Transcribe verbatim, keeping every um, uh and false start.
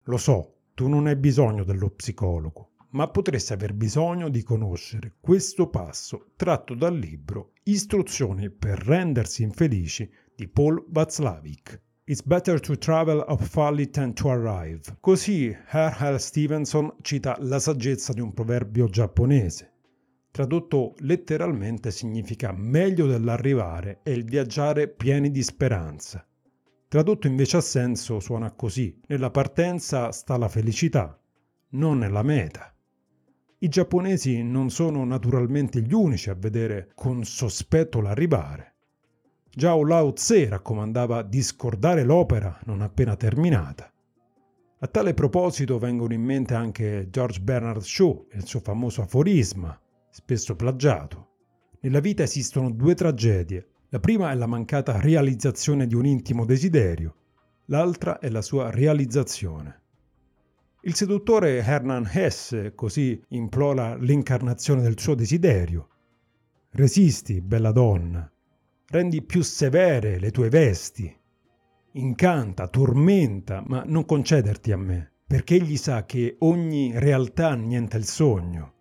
Lo so, tu non hai bisogno dello psicologo, ma potresti aver bisogno di conoscere questo passo tratto dal libro Istruzioni per rendersi infelici di Paul Václavic. It's better to travel of folly than to arrive. Così R L. Stevenson cita la saggezza di un proverbio giapponese. Tradotto letteralmente significa meglio dell'arrivare è il viaggiare pieni di speranza. Tradotto invece a senso suona così: nella partenza sta la felicità, non nella meta. I giapponesi non sono naturalmente gli unici a vedere con sospetto l'arrivare. Già Lao Tse raccomandava di scordare l'opera non appena terminata. A tale proposito vengono in mente anche George Bernard Shaw e il suo famoso aforisma, spesso plagiato. Nella vita esistono due tragedie. La prima è la mancata realizzazione di un intimo desiderio, l'altra è la sua realizzazione. Il seduttore Hermann Hesse così implora l'incarnazione del suo desiderio. Resisti, bella donna, rendi più severe le tue vesti, incanta, tormenta, ma non concederti a me, perché egli sa che ogni realtà annienta il sogno.